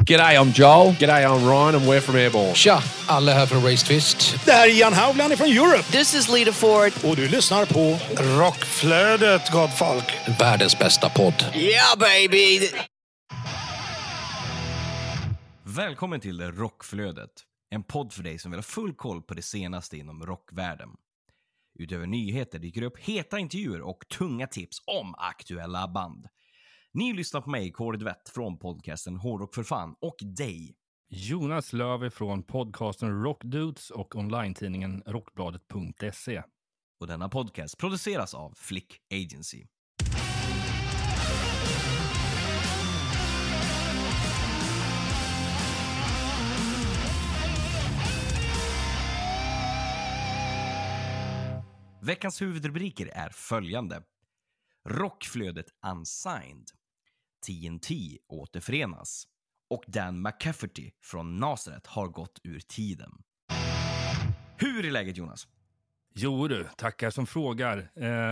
G'day, I'm Joel. G'day, I'm Ryan. I'm We're from Airborne. Tja, alla här från Race Twist. Det här är Jan Haugland från Europe. This is Lita Ford. Och du lyssnar på Rockflödet, gott folk. Världens bästa podd. Yeah, baby! Välkommen till Rockflödet, en podd för dig som vill ha full koll på det senaste inom rockvärlden. Utöver nyheter dyker upp heta intervjuer och tunga tips om aktuella band. Ni lyssnar på mig, Kåre Dvett, från podcasten Hårdrock för fan, och dig, Jonas Löv från podcasten Rockdudes och online-tidningen rockbladet.se. och denna podcast produceras av Flick Agency. Veckans huvudrubriker är följande. Rockflödet Unsigned. TNT återförenas. Och Dan McCafferty från Nazareth har gått ur tiden. Hur är läget, Jonas? Jo du, tackar som frågar.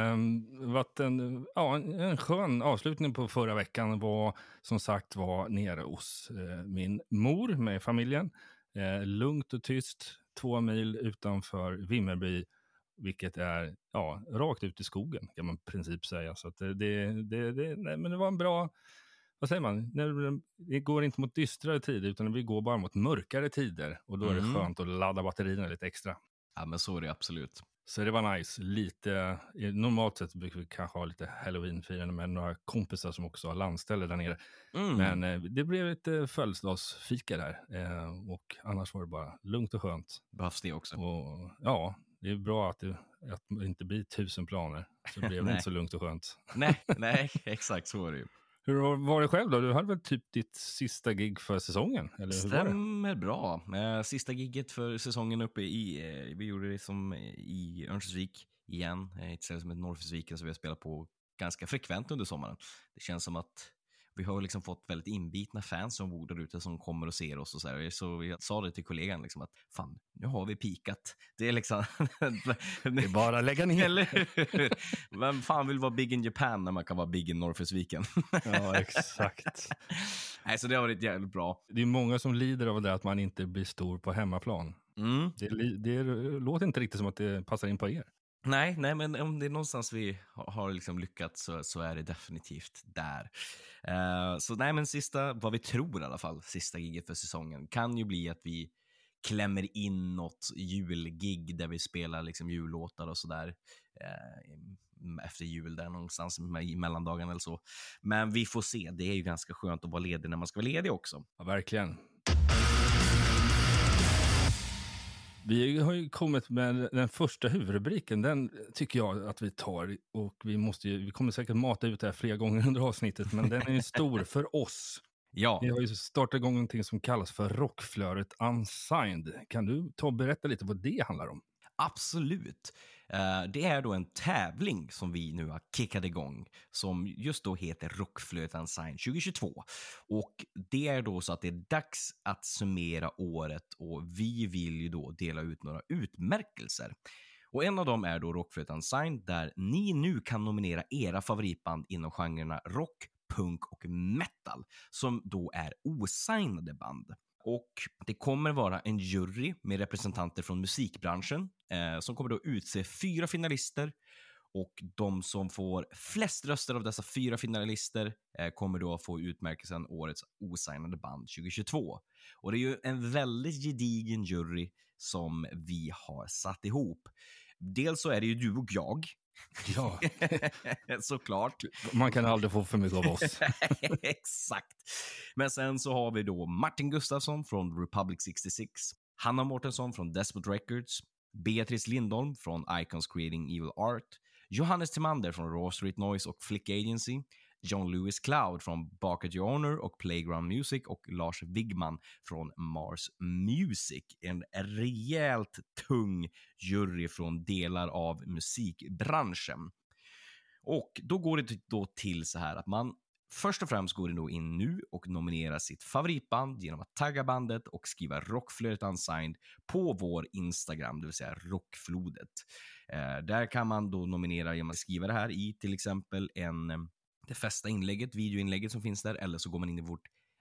En skön avslutning på förra veckan var som sagt nere hos min mor med familjen. Lugnt och tyst, 2 mil utanför Vimmerby. Vilket är rakt ut i skogen kan man i princip säga. Så att men det var en bra, vad säger man? Det går inte mot dystrare tider utan vi går bara mot mörkare tider. Och då är det skönt att ladda batterierna lite extra. Ja, men så är det absolut. Så det var nice. Normalt sett brukar vi kanske ha lite Halloween-firande med några kompisar som också har landställe där nere. Men det blev lite födelsedagsfika där. Och annars var det bara lugnt och skönt. Behövs det också. Och ja, det är bra att det inte blir 1000 planer. Så blev det inte så lugnt och skönt. Nej, exakt så är det ju. Hur var det själv då? Du hade väl typ ditt sista gig för säsongen? Eller hur Stämmer var det? Bra. Sista gigget för säsongen uppe vi gjorde det som i Örnsköldsvik igen. Ett ställe som heter Norrfjällsviken som vi har spelat på ganska frekvent under sommaren. Det känns som att vi har liksom fått väldigt inbitna fans som bor där ute som kommer och ser oss och så här. Så jag sa det till kollegan liksom att fan, nu har vi pikat. Det är liksom Det är bara lägga ner. Eller vem fan vill vara big in Japan när man kan vara big in Norrfjällsviken? Ja, exakt. Nej, så det har varit jävligt bra. Det är många som lider av det att man inte blir stor på hemmaplan. Det låter inte riktigt som att det passar in på er. Nej, men om det är någonstans vi har liksom lyckats så är det definitivt där. Så nej, men vad vi tror i alla fall, sista giget för säsongen kan ju bli att vi klämmer in något julgig där vi spelar liksom jullåtar och sådär efter jul där någonstans i mellandagen eller så. Men vi får se, det är ju ganska skönt att vara ledig när man ska vara ledig också. Ja, verkligen. Vi har ju kommit med den första huvudrubriken. Den tycker jag att vi tar. Och vi kommer säkert mata ut det här flera gånger under avsnittet. Men den är ju stor för oss. Ja. Vi har ju startat igång någonting som kallas för Rockflödet Unsigned. Kan du ta och berätta lite vad det handlar om? Absolut. Det är då en tävling som vi nu har kickat igång som just då heter Rockflödet Unsigned 2022. Och det är då så att det är dags att summera året och vi vill ju då dela ut några utmärkelser. Och en av dem är då Rockflödet Unsigned där ni nu kan nominera era favoritband inom genrerna rock, punk och metal som då är osignade band. Och det kommer vara en jury med representanter från musikbranschen som kommer då utse 4 finalister och de som får flest röster av dessa 4 finalister kommer då få utmärkelsen Årets osignade band 2022. Och det är ju en väldigt gedigen jury som vi har satt ihop. Dels så är det ju du och jag. Ja. Såklart. Man kan aldrig få för mycket av oss. Exakt. Men sen så har vi då Martin Gustafsson från Republic 66, Hanna Mårtensson från Desperate Records, Beatrice Lindholm från Icons Creating Evil Art, Johannes Timander från Raw Street Noise och Flick Agency, John Lewis Cloud från Barker Honor och Playground Music och Lars Wigman från Mars Music. En rejält tung jury från delar av musikbranschen. Och då går det då till så här att man först och främst går det då in nu och nominerar sitt favoritband genom att tagga bandet och skriva Rockflödet Unsigned på vår Instagram, det vill säga Rockflodet. Där kan man då nominera genom att skriva det här i till exempel det fästa inlägget, videoinlägget som finns där, eller så går man in i vårt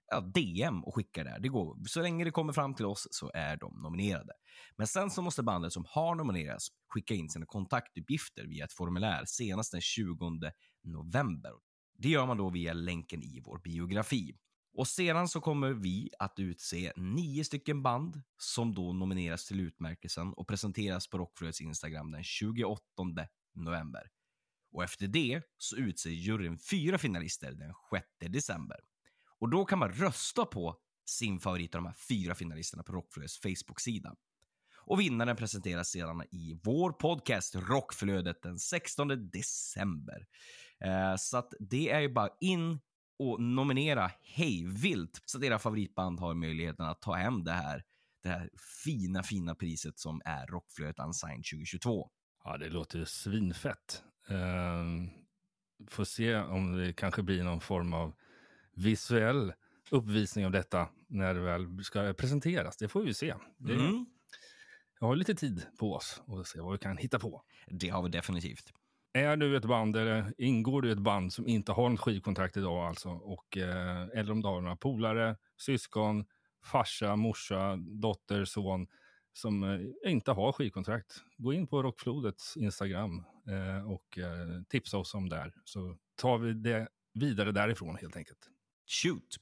DM och skicka det. Det går. Så länge det kommer fram till oss så är de nominerade. Men sen så måste bandet som har nominerats skicka in sina kontaktuppgifter via ett formulär senast den 20 november. Det gör man då via länken i vår biografi. Och sedan så kommer vi att utse 9 stycken band som då nomineras till utmärkelsen och presenteras på Rockflödets Instagram den 28 november. Och efter det så utser juryn 4 finalister den 6 december. Och då kan man rösta på sin favorit av de här 4 finalisterna på Rockflödets Facebook-sida. Och vinnaren presenteras sedan i vår podcast Rockflödet den 16 december. Så att det är ju bara in och nominera hejvilt så att era favoritband har möjligheten att ta hem det här fina priset som är Rockflödet Unsigned 2022. Ja, det låter svinfett. Får se om det kanske blir någon form av visuell uppvisning av detta när det väl ska presenteras. Det får vi se. Jag har lite tid på oss och se vad vi kan hitta på. Det har vi definitivt. Är du ett band eller ingår du i ett band som inte har något skivkontrakt idag alltså, och, eller om du har några polare, syskon, farsa, morsa, dotter, son som inte har skivkontrakt, gå in på Rockflodets Instagram och tipsa oss om där, så tar vi det vidare därifrån helt enkelt. Shoot!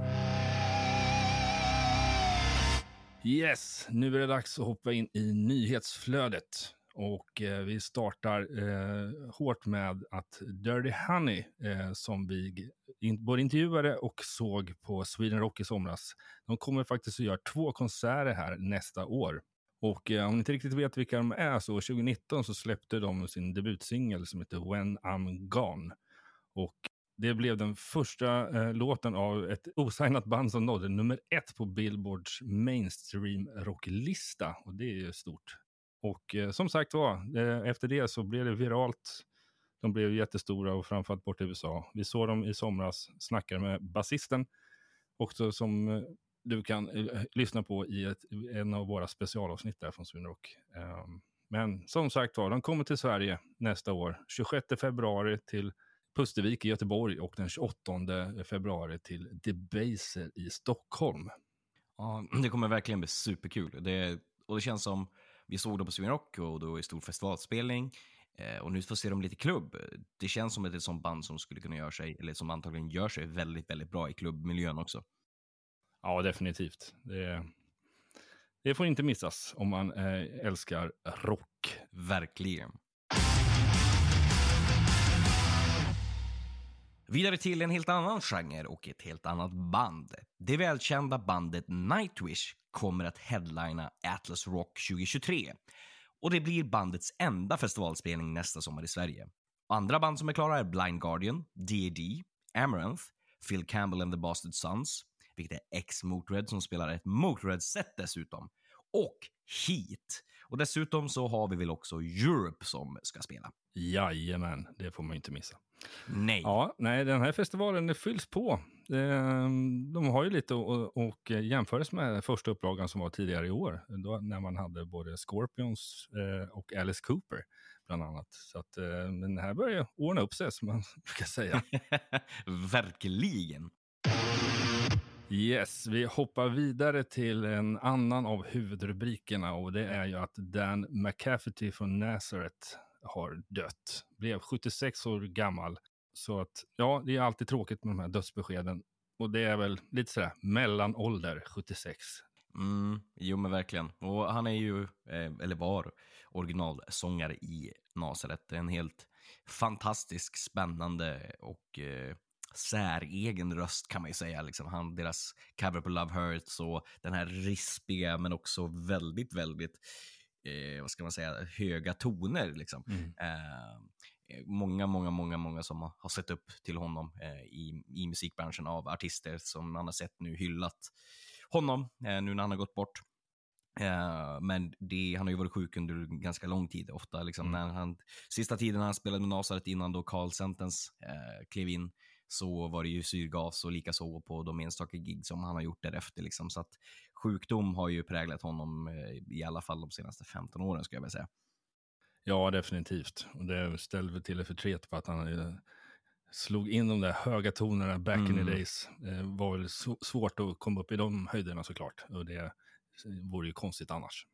Yes, nu är det dags att hoppa in i nyhetsflödet. Och vi startar hårt med att Dirty Honey, som vi både intervjuade och såg på Sweden Rock i somras, de kommer faktiskt att göra 2 konserter här nästa år. Och om ni inte riktigt vet vilka de är, så 2019 så släppte de sin debutsingel som heter When I'm Gone. Och det blev den första låten av ett osignat band som nådde nummer 1 på Billboards mainstream rocklista. Och det är ju stort. Och som sagt var, efter det så blev det viralt. De blev jättestora och framförallt bort i USA. Vi såg dem i somras, snackade med basisten. Också som du kan lyssna på i en av våra specialavsnitt där från Sweden Rock. Men som sagt var, de kommer till Sverige nästa år. 26 februari till Pustervik i Göteborg och den 28 februari till Debaser i Stockholm. Ja, det kommer verkligen bli superkul. Och det känns som vi såg dem på Sweden Rock och då i stor festivalspelning. Och nu får se dem lite i klubb. Det känns som ett sånt band som skulle kunna göra sig, eller som antagligen gör sig väldigt, väldigt bra i klubbmiljön också. Ja, definitivt. Det får inte missas om man älskar rock. Verkligen. Vidare till en helt annan genre och ett helt annat band. Det välkända bandet Nightwish kommer att headlina Atlas Rock 2023. Och det blir bandets enda festivalspelning nästa sommar i Sverige. Andra band som är klara är Blind Guardian, D.A.D., Amaranth, Phil Campbell and the Bastard Sons, vilket är ex-Motörhead som spelar ett Motörhead-set dessutom, och Heat. Och dessutom så har vi väl också Europe som ska spela. Jajamän, det får man inte missa. Nej. Ja, nej, den här festivalen det fylls på. De har ju lite och jämförs med första upplagan som var tidigare i år. Då, när man hade både Scorpions och Alice Cooper bland annat. Så att den här börjar ordna upp sig som man brukar säga. Verkligen. Yes, vi hoppar vidare till en annan av huvudrubrikerna och det är ju att Dan McCafferty från Nazareth har dött. Blev 76 år gammal. Så att, ja, det är alltid tråkigt med de här dödsbeskeden. Och det är väl lite sådär mellanålder, 76. Jo men verkligen. Och han är ju, eller var, originalsångare i Nazareth. En helt fantastisk, spännande och säregen röst kan man ju säga. Liksom. Deras cover på Love Hurts och den här rispiga men också väldigt, väldigt vad ska man säga, höga toner liksom. Många som har sett upp till honom i musikbranschen av artister som man har sett nu hyllat honom nu när han har gått bort. Men han har ju varit sjuk under ganska lång tid. Ofta liksom, när sista tiden han spelade med Nazareth innan då Carl Sentence klev in, så var det ju syrgas och lika så på de enstaka gig som han har gjort därefter liksom. Så att sjukdom har ju präglat honom i alla fall de senaste 15 åren ska jag väl säga. Ja, definitivt. Och det ställer väl till ett förtret på att han slog in de där höga tonerna back in the days. Var väl svårt att komma upp i de höjderna såklart. Och det vore ju konstigt annars.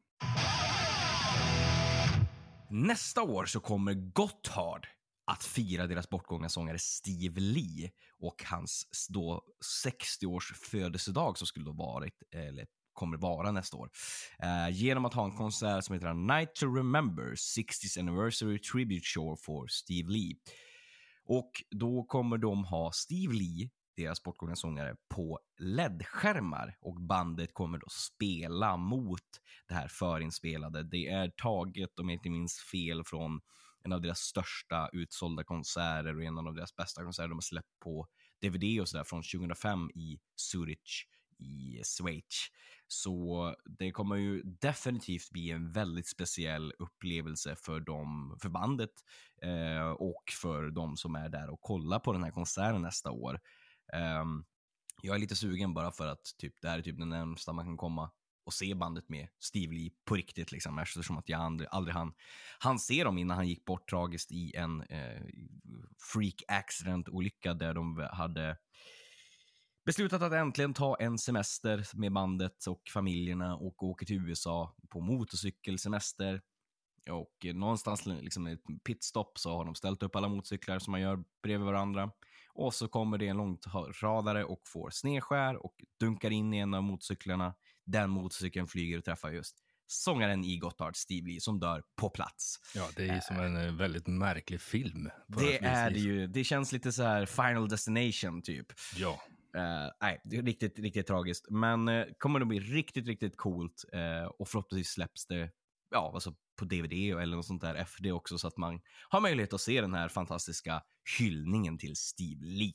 Nästa år så kommer Gotthard att fira deras bortgångna sångare Steve Lee och hans då 60-års födelsedag som skulle då varit, eller kommer vara nästa år, genom att ha en konsert som heter A Night to Remember 60th Anniversary Tribute Show for Steve Lee. Och då kommer de ha Steve Lee, deras bortgångna sångare, på LED-skärmar och bandet kommer då spela mot det här förinspelade. Det är taget, om jag inte minns fel, från en av deras största utsålda konserter och en av deras bästa konserter de har släppt på DVD och sådär från 2005 i Zurich i Schweiz. Så det kommer ju definitivt bli en väldigt speciell upplevelse för bandet och för de som är där och kollar på den här konserten nästa år. Jag är lite sugen bara för att det här är typ den närmsta man kan komma och se bandet med Steve Lee på riktigt liksom, eftersom att jag aldrig han ser dem innan han gick bort tragiskt i en freak accident-olycka där de hade beslutat att äntligen ta en semester med bandet och familjerna och åka till USA på motorcykelsemester. Och någonstans liksom ett pitstop så har de ställt upp alla motorcyklar som man gör bredvid varandra. Och så kommer det en långtradare och får snedskär och dunkar in i en av motorcyklarna. Den motorcykeln flyger och träffar just sångaren i Gotthard, Steve Lee, som dör på plats. Ja, det är som en väldigt märklig film. Det är det ju. Det känns lite så här Final Destination typ. Ja. Nej, det är riktigt, riktigt tragiskt. Men kommer det bli riktigt, riktigt coolt. Och förhoppningsvis släpps det alltså på DVD eller något sånt där efter det också, så att man har möjlighet att se den här fantastiska hyllningen till Steve Lee.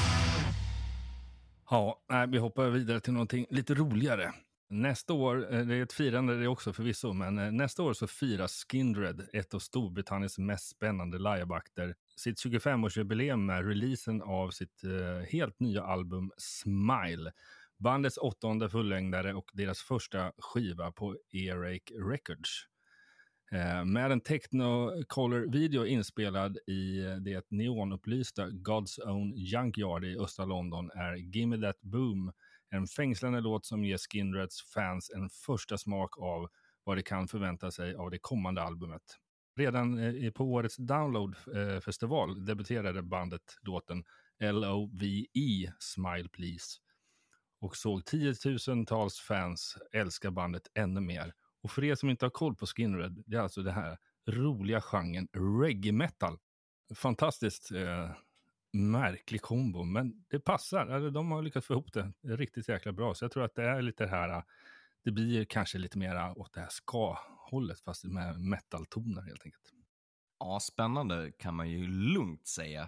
Ja, vi hoppar vidare till någonting lite roligare. Nästa år, det är ett firande det också förvisso, men nästa år så firar Skindred, ett av Storbritanniens mest spännande liveakter, sitt 25-årsjubileum med releasen av sitt helt nya album Smile. Bandets 8:e fullängdare och deras första skiva på Earache Records. Med en Technicolor-video inspelad i det neonupplysta God's Own Junkyard i östra London är Gimme That Boom en fängslande låt som ger Skindreds fans en första smak av vad de kan förvänta sig av det kommande albumet. Redan på årets Download-festival debuterade bandet låten LOVE, Smile Please, och såg 10 000-tals fans älska bandet ännu mer. Och för er som inte har koll på Skindred, det är alltså det här roliga genren reggae metal. Fantastiskt märklig kombo, men det passar. Alltså, de har lyckats få ihop det riktigt jäkla bra. Så jag tror att det är lite här, det blir kanske lite mer åt det här ska-hållet fast med metal-toner helt enkelt. Ja, spännande kan man ju lugnt säga.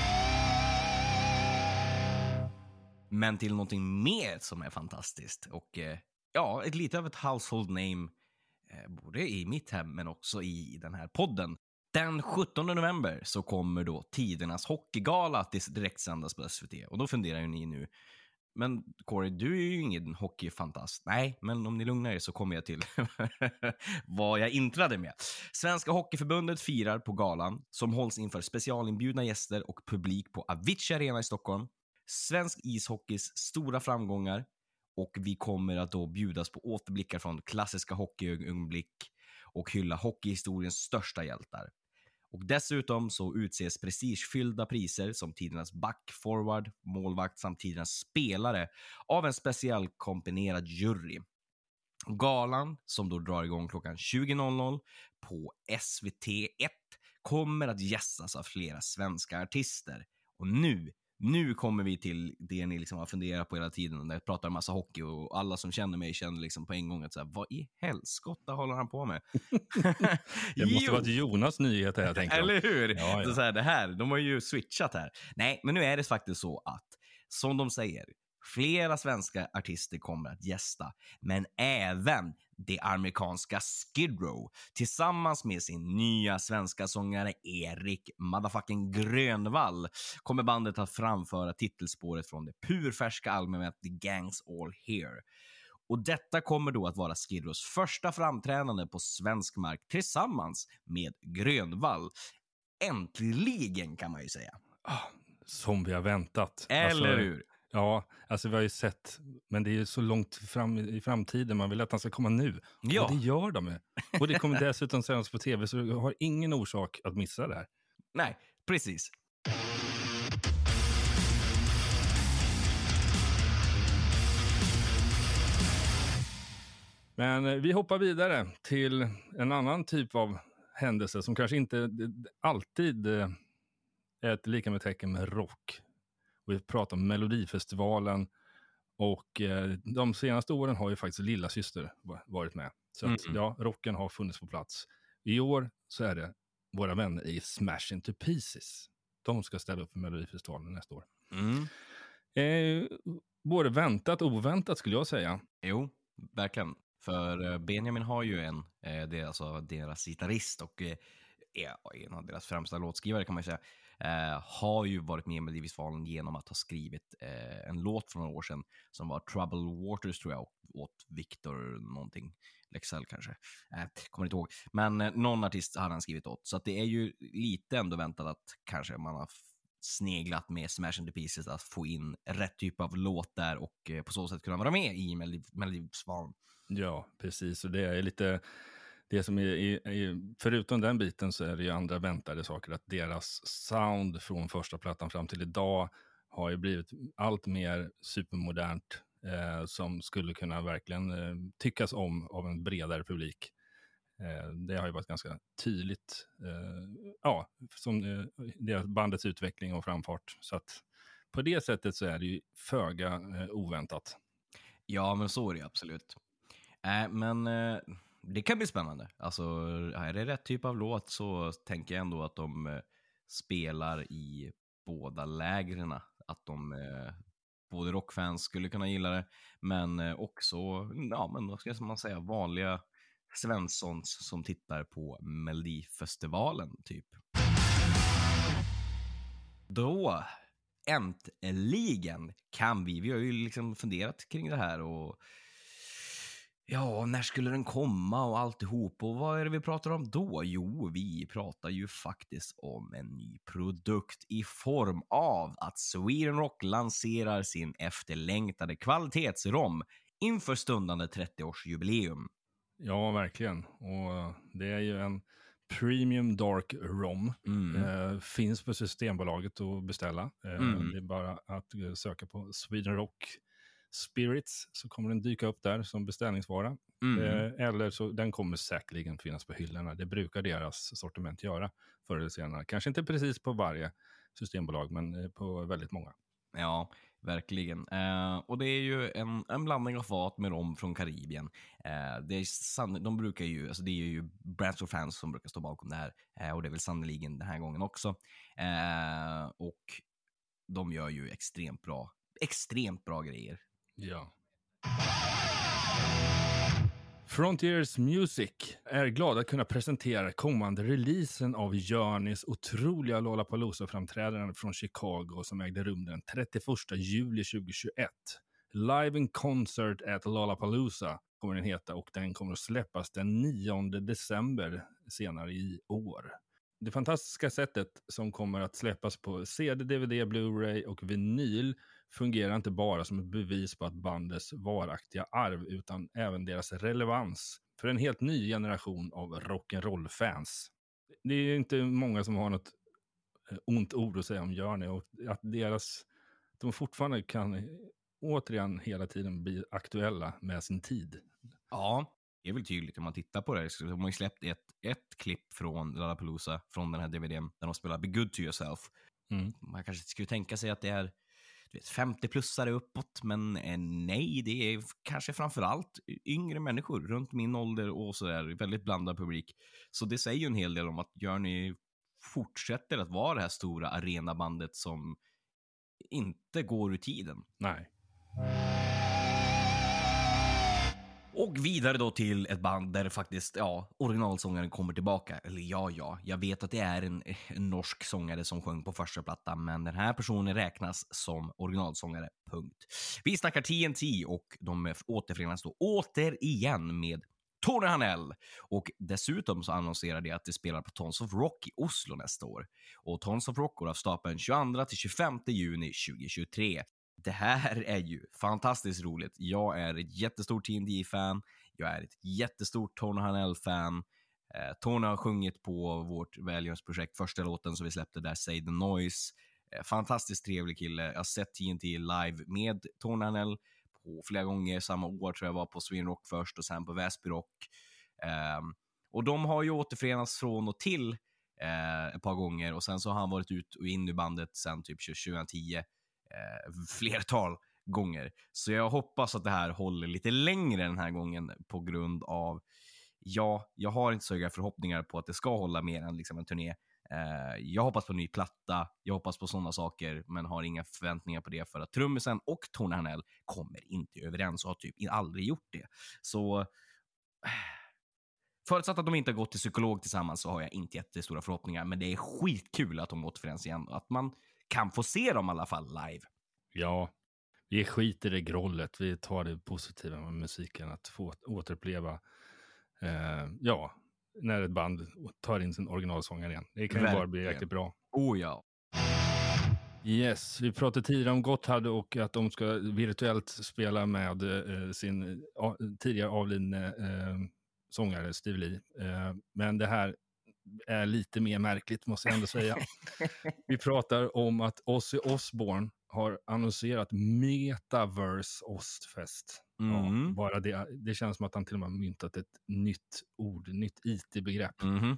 Men till någonting mer som är fantastiskt och ett lite av ett household name både i mitt hem men också i den här podden. Den 17 november så kommer då tidernas hockeygala att direktsändas på SVT. Och då funderar ju ni nu, men Corey, du är ju ingen hockeyfantast. Nej, men om ni lugnar er så kommer jag till vad jag intrade med. Svenska Hockeyförbundet firar på galan som hålls inför specialinbjudna gäster och publik på Avicii Arena i Stockholm. Svensk ishockeys stora framgångar, och vi kommer att då bjudas på återblickar från klassiska hockeyögonblick och hylla hockeyhistoriens största hjältar. Och dessutom så utses prestigefyllda priser som tidernas back, forward, målvakt samt tidernas spelare av en speciell kombinerad jury. Galan, som då drar igång klockan 20.00 på SVT1, kommer att gästas av flera svenska artister. Och nu kommer vi till det ni liksom har funderat på hela tiden när jag pratar en massa hockey, och alla som känner mig känner liksom på en gång att så här, vad i helskotta håller han på med? Det måste vara Jonas nyhet här, jag tänker. Eller hur? Ja. Så här, det här, de har ju switchat här. Nej, men nu är det faktiskt så att, som de säger, flera svenska artister kommer att gästa, men även det amerikanska Skid Row tillsammans med sin nya svenska sångare Erik motherfucking Grönvall kommer bandet att framföra titelspåret från det purfärska albumet The Gang's All Here. Och detta kommer då att vara Skid Rows första framträdande på svensk mark tillsammans med Grönvall. Äntligen kan man ju säga. som vi har väntat. Eller hur? Ja, alltså vi har ju sett, men det är ju så långt fram i framtiden, man vill att han ska komma nu. Ja. Och det gör de ju. Och det kommer dessutom sändas på tv, så du har ingen orsak att missa det här. Nej, precis. Men vi hoppar vidare till en annan typ av händelse som kanske inte alltid är ett lika med tecken med rock. Vi pratar om Melodifestivalen, och de senaste åren har ju faktiskt Lilla Syster varit med. Så att, ja, rocken har funnits på plats. I år så är det våra vänner i Smash Into Pieces. De ska ställa upp för Melodifestivalen nästa år. Både väntat och oväntat skulle jag säga. Jo, verkligen. För Benjamin har ju det är alltså deras gitarrist och en av deras främsta låtskrivare kan man säga, har ju varit med i Melodifestivalen genom att ha skrivit en låt från några år sedan som var Troubled Waters, tror jag, åt Victor någonting, Lexell kanske, kommer inte ihåg, men någon artist har han skrivit åt, så att det är ju lite ändå väntat att kanske man har sneglat med Smash Into Pieces att få in rätt typ av låt där och på så sätt kunna vara med i Melodifestivalen. Ja, precis, och det är lite det som är förutom den biten så är det ju andra väntade saker, att deras sound från första plattan fram till idag har ju blivit allt mer supermodernt, som skulle kunna verkligen tyckas om av en bredare publik. Det har ju varit ganska tydligt, som deras bandets utveckling och framfart, så att på det sättet så är det ju föga oväntat. Ja, men så är det absolut. Men det kan bli spännande. Alltså, är det rätt typ av låt så tänker jag ändå att de spelar i båda lägren. Att de, både rockfans skulle kunna gilla det, men också, ja, men vad ska man säga, vanliga Svenssons som tittar på Melodifestivalen typ. Då äntligen kan vi har ju liksom funderat kring det här och ja, när skulle den komma och alltihop, och vad är det vi pratar om då? Jo, vi pratar ju faktiskt om en ny produkt i form av att Sweden Rock lanserar sin efterlängtade kvalitetsrom inför stundande 30-årsjubileum. Ja, verkligen. Och det är ju en Premium Dark Rom. Finns på Systembolaget att beställa. Det är bara att söka på Sweden Rock Spirits, så kommer den dyka upp där som beställningsvara. Eller så den kommer säkerligen finnas på hyllorna. Det brukar deras sortiment göra förr eller senare. Kanske inte precis på varje systembolag, men på väldigt många. Ja, verkligen. Och det är ju en blandning av fat med rom från Karibien. Det är ju Brands of Fans som brukar stå bakom det här. Och det är väl sannoliken den här gången också. Och de gör ju extremt bra grejer. Ja. Frontiers Music är glada att kunna presentera kommande releasen av Journeys otroliga Lollapalooza-framträdande från Chicago som ägde rum den 31 juli 2021. Live in Concert at Lollapalooza kommer den heta, och den kommer att släppas den 9 december senare i år. Det fantastiska sättet som kommer att släppas på CD, DVD, Blu-ray och vinyl fungerar inte bara som ett bevis på att bandets varaktiga arv, utan även deras relevans för en helt ny generation av rock'n'roll-fans. Det är inte många som har något ont ord att säga om Journey, och att de fortfarande kan återigen hela tiden bli aktuella med sin tid. Ja, det är väl tydligt om man tittar på det. De har ju släppt ett klipp från Lollapalooza, från den här DVDn, där de spelar Be Good To Yourself. Man kanske skulle tänka sig att det är 50-plussare uppåt, men nej, det är kanske framförallt yngre människor runt min ålder och så där, väldigt blandad publik. Så det säger ju en hel del om att Journey fortsätter att vara det här stora arenabandet som inte går ur tiden. Nej. Och vidare då till ett band där faktiskt, originalsångaren kommer tillbaka. Eller jag vet att det är en norsk sångare som sjöng på första plattan, men den här personen räknas som originalsångare, punkt. Vi snackar TNT och de återförenas då återigen med Tony Harnell. Och dessutom så annonserar de att de spelar på Tons of Rock i Oslo nästa år. Och Tons of Rock går av stapeln 22-25 juni 2023. Det här är ju fantastiskt roligt. Jag är ett jättestort TND-fan. Jag är ett jättestort Tony Harnell-fan. Tony har sjungit på vårt välgörenhetsprojekt, första låten som vi släppte där, Say the Noise. Fantastiskt trevlig kille. Jag har sett TNT live med Tony Harnell på flera gånger. Samma år tror jag var på Sweden Rock först och sen på Väsby Rock. Och de har ju återförenats från och till ett par gånger. Och sen så har han varit ut och in i bandet sen typ 2010 flertal gånger. Så jag hoppas att det här håller lite längre den här gången på grund av jag har inte så höga förhoppningar på att det ska hålla mer än liksom en turné. Jag hoppas på en ny platta, jag hoppas på sådana saker, men har inga förväntningar på det för att trummisen och Tony Harnell kommer inte överens och har typ aldrig gjort det. Så förutsatt att de inte har gått till psykolog tillsammans så har jag inte jättestora förhoppningar, men det är skitkul att de återförenas igen och att man kan få se dem i alla fall live. Ja, vi skiter i grollet. Vi tar det positiva med musiken. Att få återuppleva när ett band tar in sin originalsångare igen. Det kan ju bara bli jäkligt bra. Oh ja. Yes, vi pratade tidigare om Gotthard och att de ska virtuellt spela med sin tidigare avlidne sångare Steve Lee. Men det här är lite mer märkligt, måste jag ändå säga. Vi pratar om att Ozzy Osbourne har annonserat Metaverse Ostfest. Ja, bara det känns som att han till och med har myntat ett nytt ord, nytt IT-begrepp.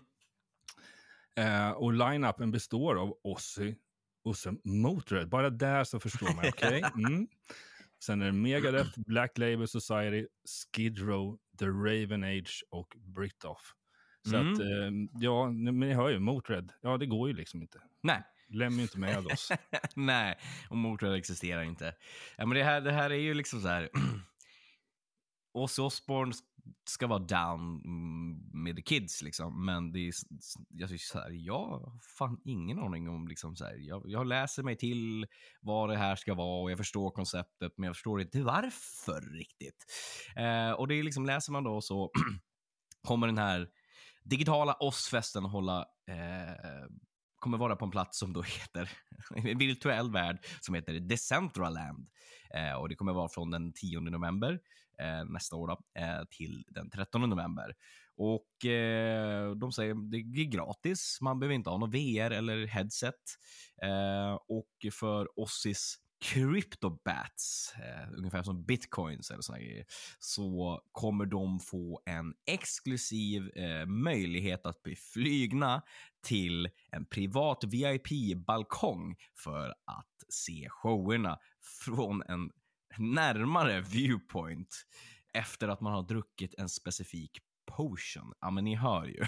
Och line-upen består av Ozzy och sen Motörhead. Bara där så förstår man, okej? Sen är det Megadeth, Black Label Society, Skid Row, The Raven Age och Britoff. Så att, men ni hör ju, Motörhead, det går ju liksom inte. Nej. Lämnar ju inte med oss. Nej, och Motörhead existerar inte. Ja, men det här är ju liksom så här. Ozzy Osbourne ska vara down med the kids liksom, men det är, jag tycker så här, jag har fan ingen aning om liksom så här, jag läser mig till vad det här ska vara och jag förstår konceptet, men jag förstår inte varför riktigt. Och det är liksom, läser man då så kommer den här digitala Ozzfesten hålla kommer vara på en plats som då heter en virtuell värld som heter Decentraland. Och det kommer vara från den 10 november nästa år då, till den 13 november. Och de säger det är gratis. Man behöver inte ha någon VR eller headset. Och för Ozzys Cryptobats, ungefär som bitcoins eller såna grejer, så kommer de få en exklusiv möjlighet att bli flygna till en privat VIP-balkong för att se showerna från en närmare viewpoint efter att man har druckit en specifik potion. Ja, men ni hör ju.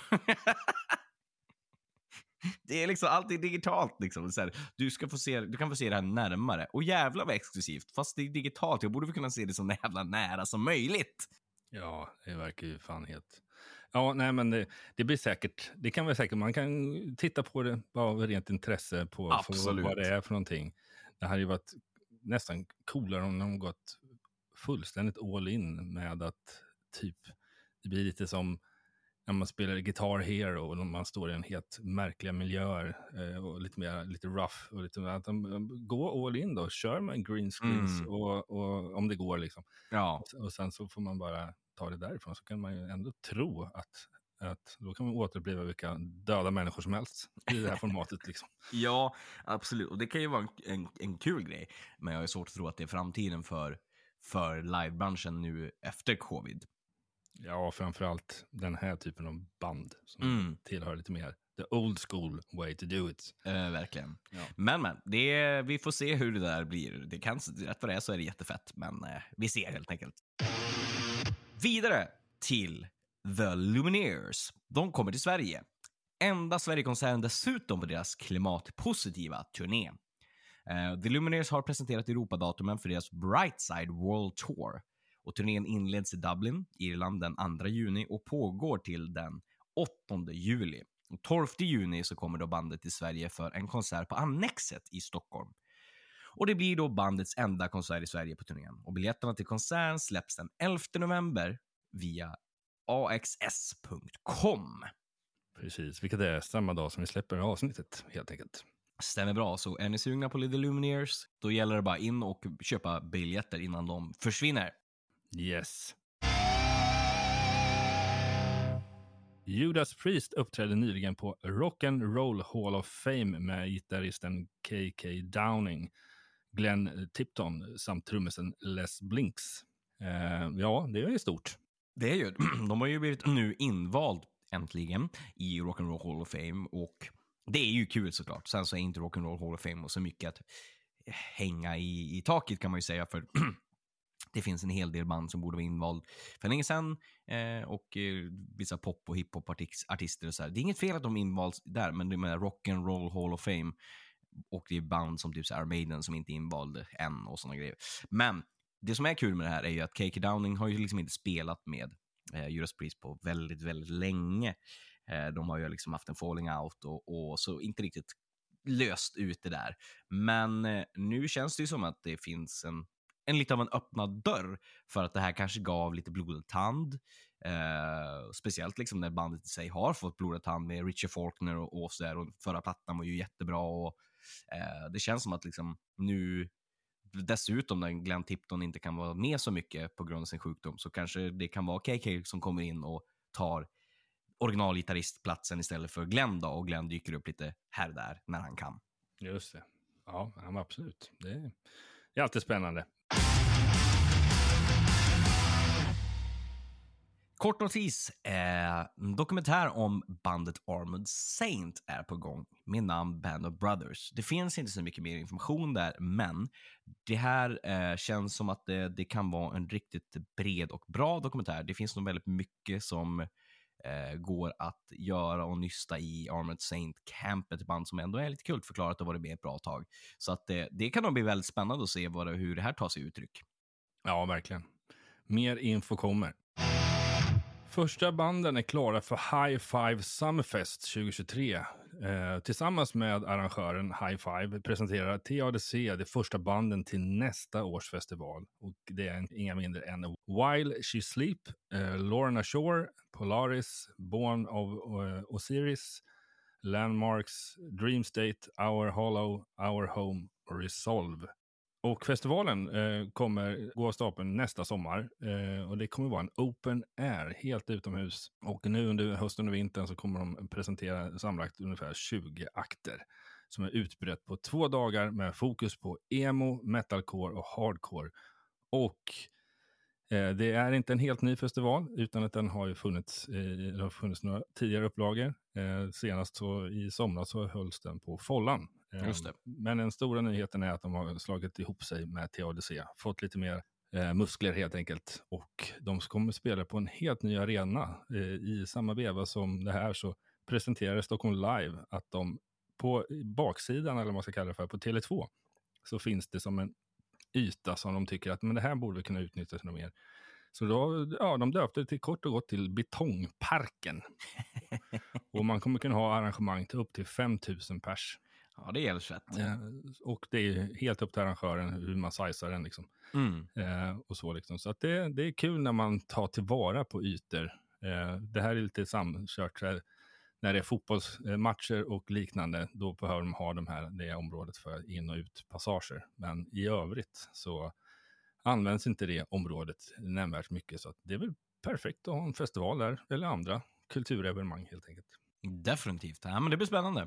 Det är liksom alltid digitalt liksom. Så här, du kan få se det här närmare. Och jävla vad exklusivt. Fast det är digitalt. Jag borde kunna se det så jävla nära som möjligt. Ja, det verkar ju fan helt... Ja, nej men det blir säkert... Det kan vara säkert. Man kan titta på det av rent intresse på vad det är för någonting. Det hade ju varit nästan coolare om de gått fullständigt all in med att typ... Det blir lite som... när man spelar Guitar Hero och man står i en helt märkliga miljöer och lite rough och lite mer, att de går all in då, kör med green screens och om det går liksom. Ja. Och sen så får man bara ta det därifrån, så kan man ju ändå tro att då kan man återuppleva vilka döda människor som helst i det här formatet liksom. Ja, absolut. Och det kan ju vara en kul grej, men jag är svårt att tro att det är framtiden för livebranschen nu efter covid. Ja, framförallt den här typen av band som tillhör lite mer the old school way to do it. Verkligen. Ja. Men vi får se hur det där blir. Det kan, rätt vad det är så är det jättefett, men vi ser helt enkelt. Vidare till The Lumineers. De kommer till Sverige. Enda Sverigekonserten dessutom på deras klimatpositiva turné. The Lumineers har presenterat Europadatumen för deras Brightside World Tour. Och turnén inleds i Dublin, Irland, den 2 juni och pågår till den 8 juli. Och 12 juni så kommer då bandet till Sverige för en konsert på Annexet i Stockholm. Och det blir då bandets enda konsert i Sverige på turnén. Och biljetterna till konserten släpps den 11 november via axs.com. Precis, vilket är samma dag som vi släpper avsnittet helt enkelt. Stämmer bra, så är ni sugna på The Lumineers, då gäller det bara in och köpa biljetter innan de försvinner. Yes. Judas Priest uppträdde nyligen på Rock and Roll Hall of Fame med gitarristen KK Downing, Glenn Tipton samt trummisen Les Blinks. Ja, det är ju stort. Det är ju, de har ju blivit nu invald äntligen i Rock and Roll Hall of Fame, och det är ju kul såklart. Sen så är inte Rock and Roll Hall of Fame och så mycket att hänga i taket kan man ju säga, för det finns en hel del band som borde vara invald för länge sedan, och vissa pop- och hiphop-artister och så här. Det är inget fel att de är invald där, men det är Rock and Roll Hall of Fame, och det är band som typ Iron Maiden som inte är invald än och såna grejer. Men det som är kul med det här är ju att KK Downing har ju liksom inte spelat med Judas Priest på väldigt, väldigt länge. De har ju liksom haft en falling out och så inte riktigt löst ut det där. Men nu känns det ju som att det finns en lite av en öppnad dörr för att det här kanske gav lite blodad tand. Speciellt liksom när bandet i sig har fått blodad tand med Richie Faulkner och så där, och förra plattan var ju jättebra, och det känns som att liksom nu dessutom när Glenn Tipton inte kan vara med så mycket på grund av sin sjukdom, så kanske det kan vara KK som kommer in och tar originalgitarristplatsen istället för Glenn då, och Glenn dyker upp lite här och där när han kan. Just det. Ja, absolut. Det är alltid spännande. Kort notis, en dokumentär om bandet Armored Saint är på gång med namn Band of Brothers. Det finns inte så mycket mer information där, men det här känns som att det kan vara en riktigt bred och bra dokumentär. Det finns nog väldigt mycket som går att göra och nysta i Armored Saint-campet, ett band som ändå är lite kul förklarat och varit med ett bra tag. Så att det kan nog bli väldigt spännande att se hur det här tar sig uttryck. Ja, verkligen. Mer info kommer. Första banden är klara för High Five Summerfest 2023. Tillsammans med arrangören High Five presenterar TADC de första banden till nästa års festival. Och det är inga mindre än While She Sleep, Lorna Shore, Polaris, Born of Osiris, Landmarks, Dream State, Our Hollow, Our Home och Resolve. Och festivalen kommer gå av stapeln nästa sommar, och det kommer vara en open air helt utomhus. Och nu under hösten och vintern så kommer de presentera sammanlagt ungefär 20 akter som är utbrett på 2 dagar med fokus på emo, metalcore och hardcore. Och det är inte en helt ny festival, utan att den har ju funnits några tidigare upplagor. Senast så i somras så hölls den på Follan. Just det. Men den stora nyheten är att de har slagit ihop sig med TADC. Fått lite mer muskler helt enkelt. Och de kommer spela på en helt ny arena. I samma veva som det här så presenterade Stockholm Live att de på baksidan, eller vad man ska kalla det för, på Tele2 så finns det som en yta som de tycker att men det här borde kunna utnyttjas något mer. Så då, de döpte det till kort och gott till Betongparken. Och man kommer kunna ha arrangemang till upp till 5000 pers. Ja, det gäller sett. Och det är helt upp till arrangören hur man sizar den liksom. Och så liksom. Så att det är kul när man tar tillvara på ytor. Det här är lite samkört så här, när det är fotbollsmatcher och liknande, då behöver de ha det området för in- och utpassager. Men i övrigt så används inte det området nämnvärt mycket. Så att det är väl perfekt att ha en festival där, eller andra kulturevenemang helt enkelt. Definitivt. Ja, men det blir spännande.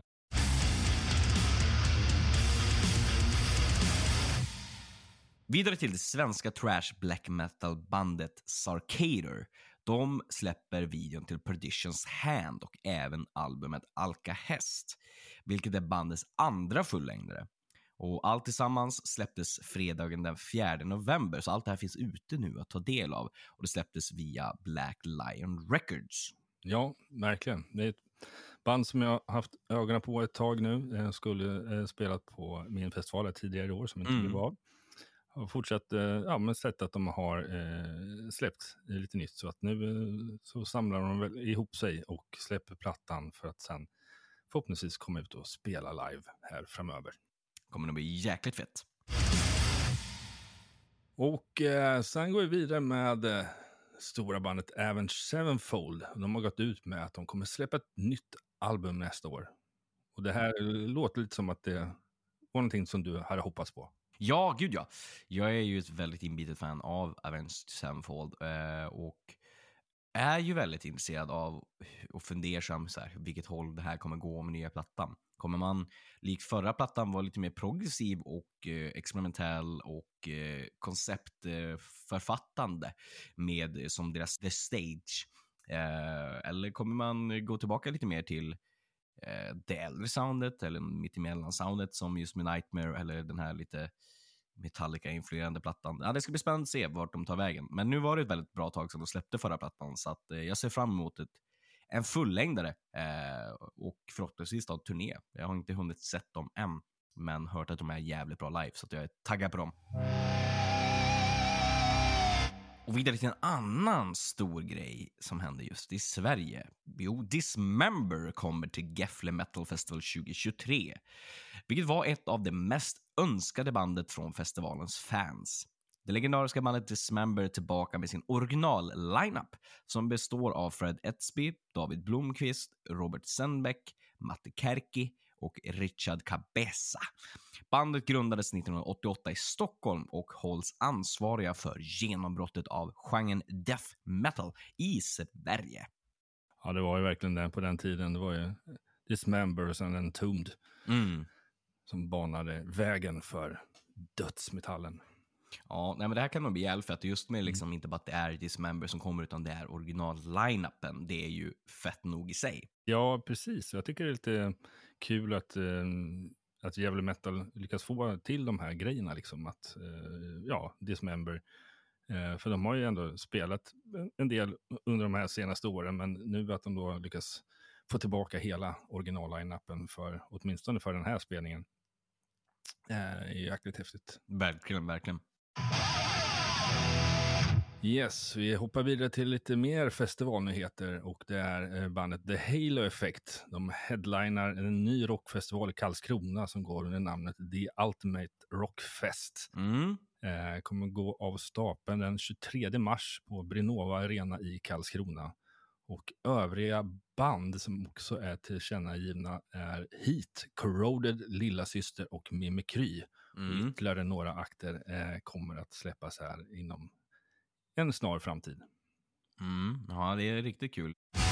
Vidare till det svenska trash black metal bandet Sarkader. De släpper videon till Perdition's Hand och även albumet Alkahest, vilket är bandets andra fullängdare. Och allt tillsammans släpptes fredagen den 4 november, så allt det här finns ute nu att ta del av. Och det släpptes via Black Lion Records. Ja, verkligen. Det är ett band som jag har haft ögonen på ett tag nu. Jag skulle spelat på min festival tidigare i år som inte blev av. Har fortsatt men sett att de har släppt lite nytt, så att nu så samlar de väl ihop sig och släpper plattan för att sen förhoppningsvis komma ut och spela live här framöver. Kommer nog bli jäkligt fett. Och sen går vi vidare med stora bandet Avenged Sevenfold. De har gått ut med att de kommer släppa ett nytt album nästa år. Och det här låter lite som att det var någonting som du hade hoppats på. Ja, gud ja. Jag är ju ett väldigt inbitet fan av Avenged Sevenfold och är ju väldigt intresserad av och fundersam så här, vilket håll det här kommer gå med nya plattan. Kommer man, likt förra plattan, vara lite mer progressiv och experimentell och konceptförfattande med som deras The Stage? Eller kommer man gå tillbaka lite mer till det äldre soundet eller mittemellan soundet som just med Nightmare eller den här lite Metallica-influerande plattan? Ja, det ska bli spännande att se vart de tar vägen. Men nu var det ett väldigt bra tag sedan de släppte förra plattan, så att jag ser fram emot en fullängdare och förhoppningsvis en turné. Jag har inte hunnit sett dem än, men hört att de är jävligt bra live, så att jag är taggad på dem. Och vidare till en annan stor grej som hände just i Sverige. Jo, Dismember kommer till Gefle Metal Festival 2023. Vilket var ett av de mest önskade bandet från festivalens fans. Det legendariska bandet Dismember är tillbaka med sin original-lineup som består av Fred Edsby, David Blomqvist, Robert Sennbeck, Matte Kärki och Richard Cabeza. Bandet grundades 1988 i Stockholm och hålls ansvariga för genombrottet av genren death metal i Sverige. Ja, det var ju verkligen den på den tiden. Det var ju Dismember och sen Entombed som banade vägen för dödsmetallen. Ja, nej, men det här kan nog bli jävligt, för att just med liksom inte bara att det är Dismember som kommer, utan det är original-line-upen. Det är ju fett nog i sig. Ja, precis. Jag tycker det är lite kul att Gefle Metal lyckas få till de här grejerna. Liksom, att, Dismember. För de har ju ändå spelat en del under de här senaste åren, men nu att de då lyckas få tillbaka hela original-line-upen åtminstone för den här spelningen är jäkligt häftigt. Verkligen, verkligen. Yes, vi hoppar vidare till lite mer festivalnyheter och det är bandet The Halo Effect. De headlinar en ny rockfestival i Karlskrona som går under namnet The Ultimate Rockfest. Kommer gå av stapeln den 23 mars på Brinova Arena i Karlskrona. Och övriga band som också är tillkännagivna är Heat, Corroded, Lillasyster och Mimikry. Och ytterligare några akter kommer att släppas här inom en snar framtid. Ja, det är riktigt kul.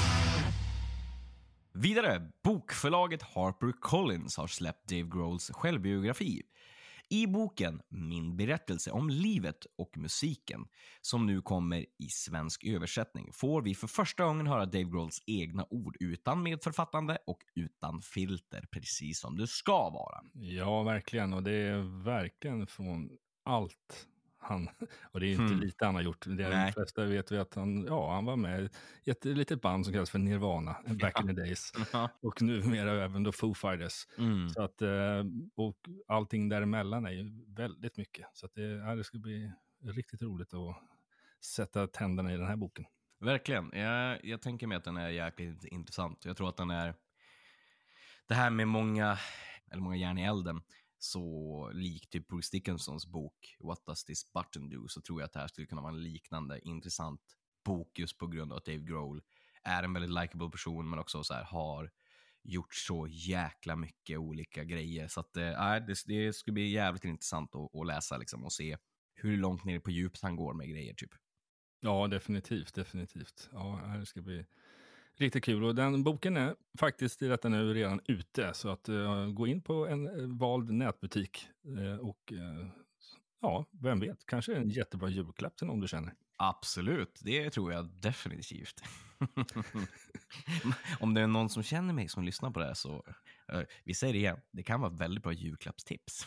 Vidare, bokförlaget HarperCollins har släppt Dave Grohls självbiografi. I boken Min berättelse om livet och musiken, som nu kommer i svensk översättning, får vi för första gången höra Dave Grohls egna ord utan medförfattande och utan filter, precis som det ska vara. Ja, verkligen. Och det är verkligen från allt han, och det är inte lite han har gjort. Det är de flesta vet vi att han var med i ett litet band som kallas för Nirvana back in the days. Och numera även då Foo Fighters. Så att, och allting däremellan är ju väldigt mycket. Så att det ska bli riktigt roligt att sätta tänderna i den här boken. Verkligen. Jag tänker mig att den är jäkligt intressant. Jag tror att den är det här med många järn i elden. Så likt typ Bruce Dickinsons bok What Does This Button Do, så tror jag att det här skulle kunna vara en liknande intressant bok, just på grund av att Dave Grohl är en väldigt likable person, men också så här har gjort så jäkla mycket olika grejer. Så att det skulle bli jävligt intressant att läsa liksom, och se hur långt ner på djupet han går med grejer typ. Ja, definitivt. Ja, det ska bli riktigt kul. Och den boken är faktiskt i detta nu redan ute. Så att gå in på en vald nätbutik och vem vet, kanske en jättebra julklapp till någon du känner. Absolut, det tror jag definitivt. Om det är någon som känner mig som lyssnar på det här, så vi säger det igen, det kan vara väldigt bra julklappstips.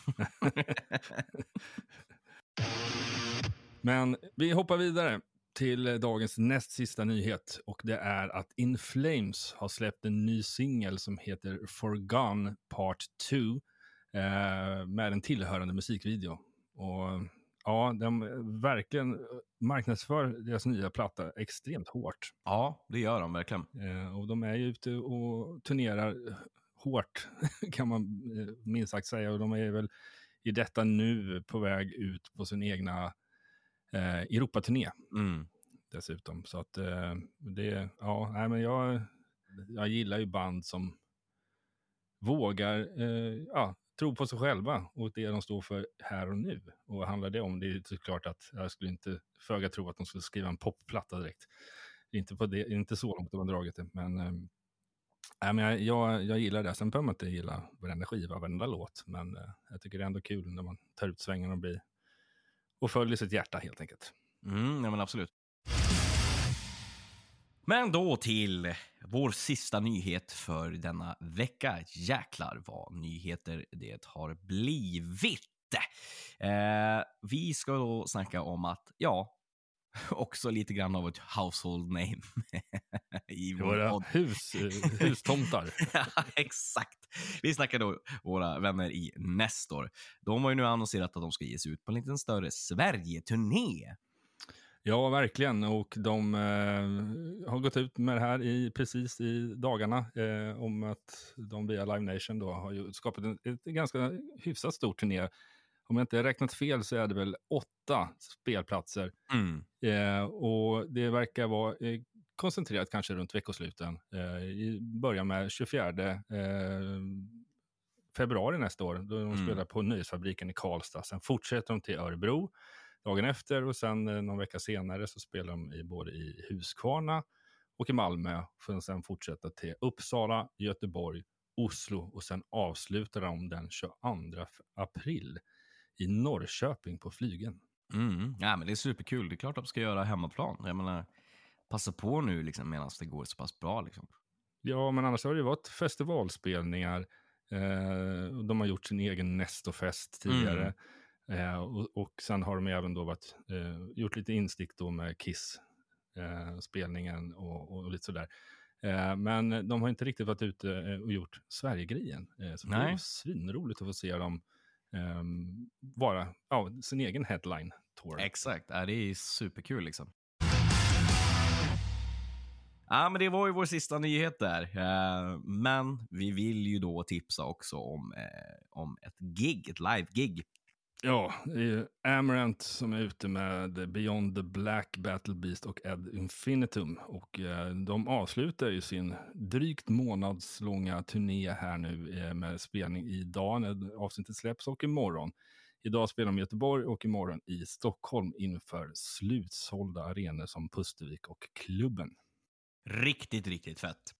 Men vi hoppar vidare till dagens näst sista nyhet, och det är att In Flames har släppt en ny singel som heter Forgone Part 2 med en tillhörande musikvideo. Och ja, de verkligen marknadsför deras nya platta extremt hårt. Ja, det gör de verkligen. Och de är ju ute och turnerar hårt, kan man minst sagt säga. Och de är väl i detta nu på väg ut på sin egna Europaturné. dessutom. Så att men jag gillar ju band som vågar tro på sig själva och det de står för här och nu. Och vad handlar det om? Det är såklart att jag skulle inte föga tro att de skulle skriva en popplatta direkt. Inte så långt de har dragit det, men jag gillar det. Sen behöver man inte gilla varenda skiva, varenda låt, men jag tycker det är ändå kul när man tar ut svängen och följer sitt hjärta helt enkelt. Ja, men absolut. Men då till vår sista nyhet för denna vecka. Jäklar vad nyheter det har blivit. Vi ska då snacka om att, också lite grann av ett household name i våra hustomtar. Ja, exakt. Vi snackar då våra vänner i Nestor. De har ju nu annonserat att de ska ge sig ut på en liten större Sverige-turné. Ja, verkligen. Och de har gått ut med det här precis i dagarna om att de via Live Nation då har ju skapat ett ganska hyfsat stort turné. Om jag inte räknat fel så är det väl 8 spelplatser. Och det verkar vara koncentrerat kanske runt veckosluten. I början med 24 februari nästa år. Då de spelar på Nöjesfabriken i Karlstad. Sen fortsätter de till Örebro dagen efter. Och sen någon vecka senare så spelar de både i Huskvarna och i Malmö. För att sen fortsätta till Uppsala, Göteborg, Oslo. Och sen avslutar de den 22 april i Norrköping på Flygen. Ja, men det är superkul. Det är klart att de ska göra hemmaplan. Jag menar, passa på nu liksom, medan det går så pass bra. Liksom. Ja, men annars har det varit festivalspelningar. De har gjort sin egen Nestorfest tidigare. Och sen har de även då gjort lite instick då med Kiss spelningen och lite sådär. Men de har inte riktigt varit ute och gjort Sverige-grejen. Så det är svinroligt att få se dem vara sin egen headline tour. Exakt, det är superkul liksom. Ja, men det var ju vår sista nyhet där. Men vi vill ju då tipsa också om ett gig, ett live-gig. Ja, det är Amarant som är ute med Beyond the Black, Battle Beast och Ad Infinitum. Och de avslutar ju sin drygt månadslånga turné här nu med spelning idag när avsnittet släpps och imorgon. Idag spelar de i Göteborg och imorgon i Stockholm inför slutsålda arenor som Pustervik och Klubben. Riktigt, riktigt fett.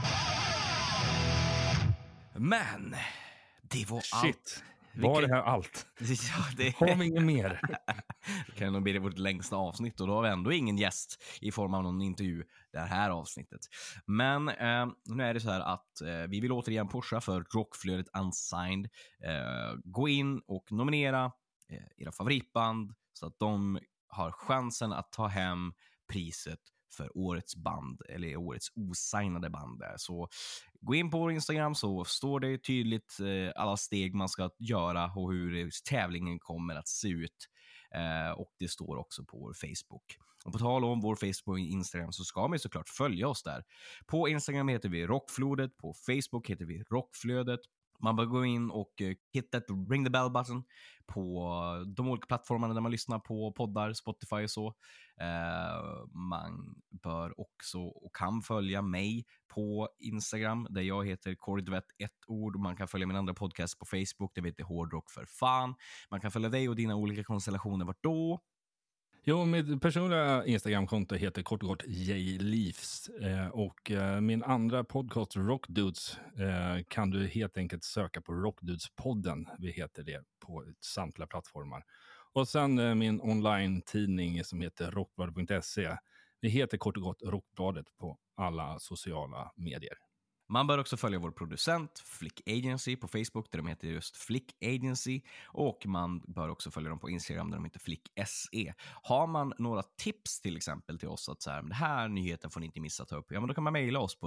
Men det var allt. Var det här allt? Ja, har vi inget mer? Det kan nog bli vårt längsta avsnitt och då har vi ändå ingen gäst i form av någon intervju det här avsnittet. Men nu är det så här att vi vill återigen pusha för Rockflödet Unsigned. Gå in och nominera era favoritband så att de har chansen att ta hem priset för årets band eller årets osignade band där. Så gå in på vår Instagram så står det tydligt alla steg man ska göra och hur tävlingen kommer att se ut. Och det står också på vår Facebook. Och på tal om vår Facebook och Instagram så ska man såklart följa oss där. På Instagram heter vi Rockflödet, på Facebook heter vi Rockflödet. Man bör gå in och hitta ett ring the bell button på de olika plattformarna där man lyssnar på poddar, Spotify och så. Man bör också och kan följa mig på Instagram där jag heter Kordvett, ett ord. Man kan följa min andra podcast på Facebook där vi heter Hårdrock för fan. Man kan följa dig och dina olika konstellationer vart då. Jo, mitt personliga Instagramkonto heter kort och kort jleafs och min andra podcast Rockdudes kan du helt enkelt söka på Rockdudes-podden. Vi heter det på samtliga plattformar. Och sen min online-tidning som heter rockbladet.se. Vi heter kort och gott Rockbladet på alla sociala medier. Man bör också följa vår producent Flick Agency på Facebook där de heter just Flick Agency, och man bör också följa dem på Instagram där de heter Flick SE. Har man några tips till exempel till oss att så här, det här nyheten får ni inte missa att ta upp, ja men då kan man mejla oss på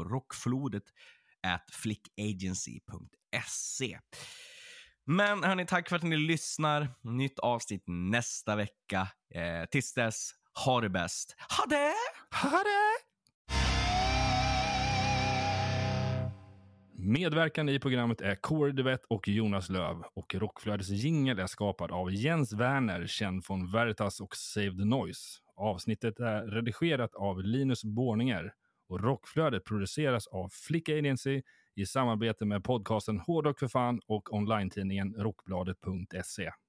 rockflodet@flickagency.se. Men hörni, tack för att ni lyssnar. Nytt avsnitt nästa vecka. Tills dess, ha det bäst. Ha det! Ha det! Medverkande i programmet är Corey Devett och Jonas Löv och Rockflödets jingle är skapad av Jens Werner, känd från Veritas och Save the Noise. Avsnittet är redigerat av Linus Borninger och Rockflödet produceras av Flick Agency i samarbete med podcasten Hårdrock för fan och online-tidningen rockbladet.se.